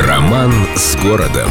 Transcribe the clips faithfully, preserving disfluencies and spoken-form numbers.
Роман с городом.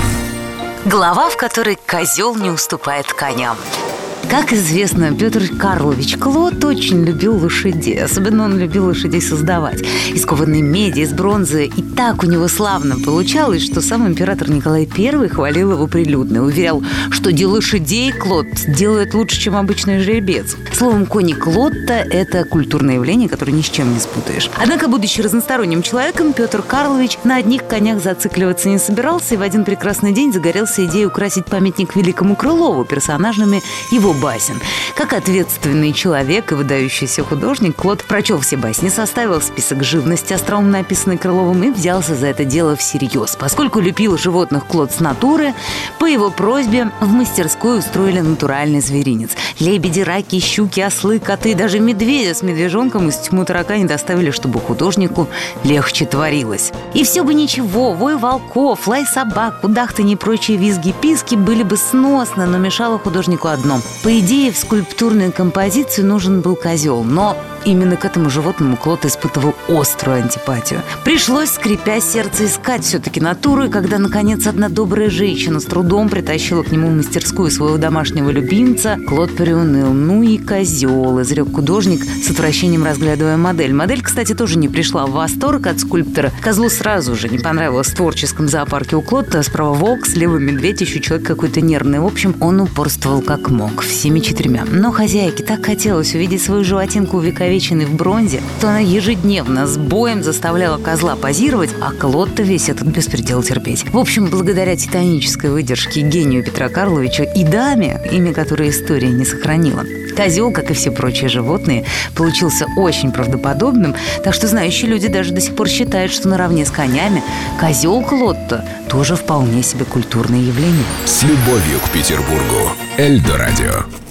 Глава, в которой козел не уступает коням. Как известно, Петр Карлович Клод очень любил лошадей. Особенно он любил лошадей создавать. Из кованой меди, из бронзы. И так у него славно получалось, что сам император Николай Первый хвалил его прилюдно. Уверял, что дело лошадей Клод делает лучше, чем обычный жеребец. Словом, кони Клодта – это культурное явление, которое ни с чем не спутаешь. Однако, будучи разносторонним человеком, Петр Карлович на одних конях зацикливаться не собирался и в один прекрасный день загорелся идеей украсить памятник великому Крылову персонажами его басен. Как ответственный человек и выдающийся художник, Клод прочел все басни, составил список живности, остроумно написанный Крыловым, и взялся за это дело всерьез. Поскольку любил животных Клод с натуры, по его просьбе в мастерской устроили натуральный зверинец. Лебеди, раки, щуки, ослы, коты, даже медведя с медвежонком из тьму таракани доставили, чтобы художнику легче творилось. И все бы ничего, вой волков, лай собак, кудахтанье и прочие визги-писки были бы сносно, но мешало художнику одно. По идее, в скульптурную композицию нужен был козел, но именно к этому животному Клод испытывал острую антипатию. Пришлось, скрипя сердце, искать все-таки натуру, и когда, наконец, одна добрая женщина с трудом притащила к нему в мастерскую своего домашнего любимца, Клод приуныл. «Ну и козел», — изрек художник, с отвращением разглядывая модель. Модель, кстати, тоже не пришла в восторг от скульптора. Козлу сразу же не понравилось в творческом зоопарке у Клодта. Справа волк, слева медведь, еще человек какой-то нервный. В общем, он упорствовал как мог, всеми четырьмя. Но хозяйке так хотелось увидеть свою животинку увековеченной в бронзе, что она ежедневно с боем заставляла козла позировать, а Клод-то весь этот беспредел терпеть. В общем, благодаря титанической выдержке гению Петра Карловича и даме, имя которой история не сохранила, козел, как и все прочие животные, получился очень правдоподобным, так что знающие люди даже до сих пор считают, что наравне с конями козел Клодта тоже вполне себе культурное явление. С любовью к Петербургу. Эльдо радио.